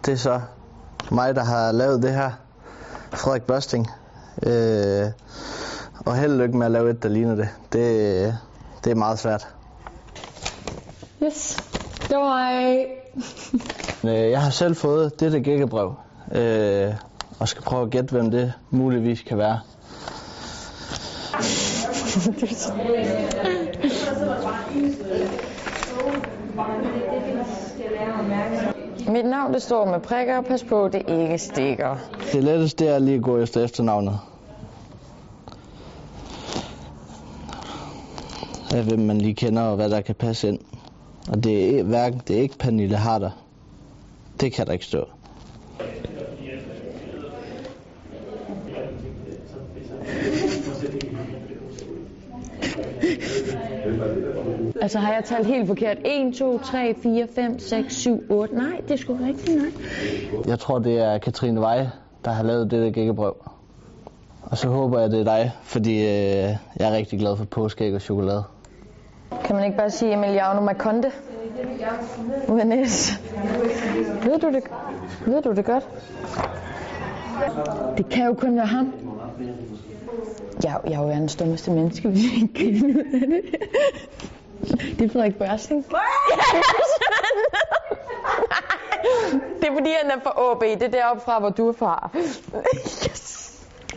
Det er så mig, der har lavet det her. Frederik Børsting. Og held og lykke med at lave et, der ligner det. Det er meget svært. Yes, det var Jeg har selv fået dette gækkebrev. Og skal prøve at gætte, hvem det muligvis kan være. Mit navn, det står med prikker. Pas på, det ikke stikker. Det letteste er lige at gå efter efternavnet. Af hvem man lige kender, og hvad der kan passe ind. Og det er ikke Pernille Harder. Det kan der ikke stå. Altså har jeg talt helt forkert? 1, 2, 3, 4, 5, 6, 7, 8. Nej, det er sgu rigtigt nok. Jeg tror, det er Katrine Veje, der har lavet det der gækkebrev. Og så håber jeg, det er dig, fordi jeg er rigtig glad for påskeæg og chokolade. Kan man ikke bare sige Emiliano Marconde? Vanessa. Ved du det godt? Det kan jo kun være ham. Jeg er jo verdens dummeste menneske, hvis jeg ikke kan finde ud af det. Det er Frederik Børsting. Det er fordi, han er fra AB. Det er deroppe fra, hvor du er fra. Yes.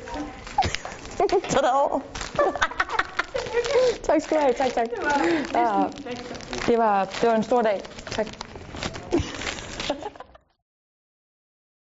Tada! Tak skal du have. Tak. Det var en stor dag.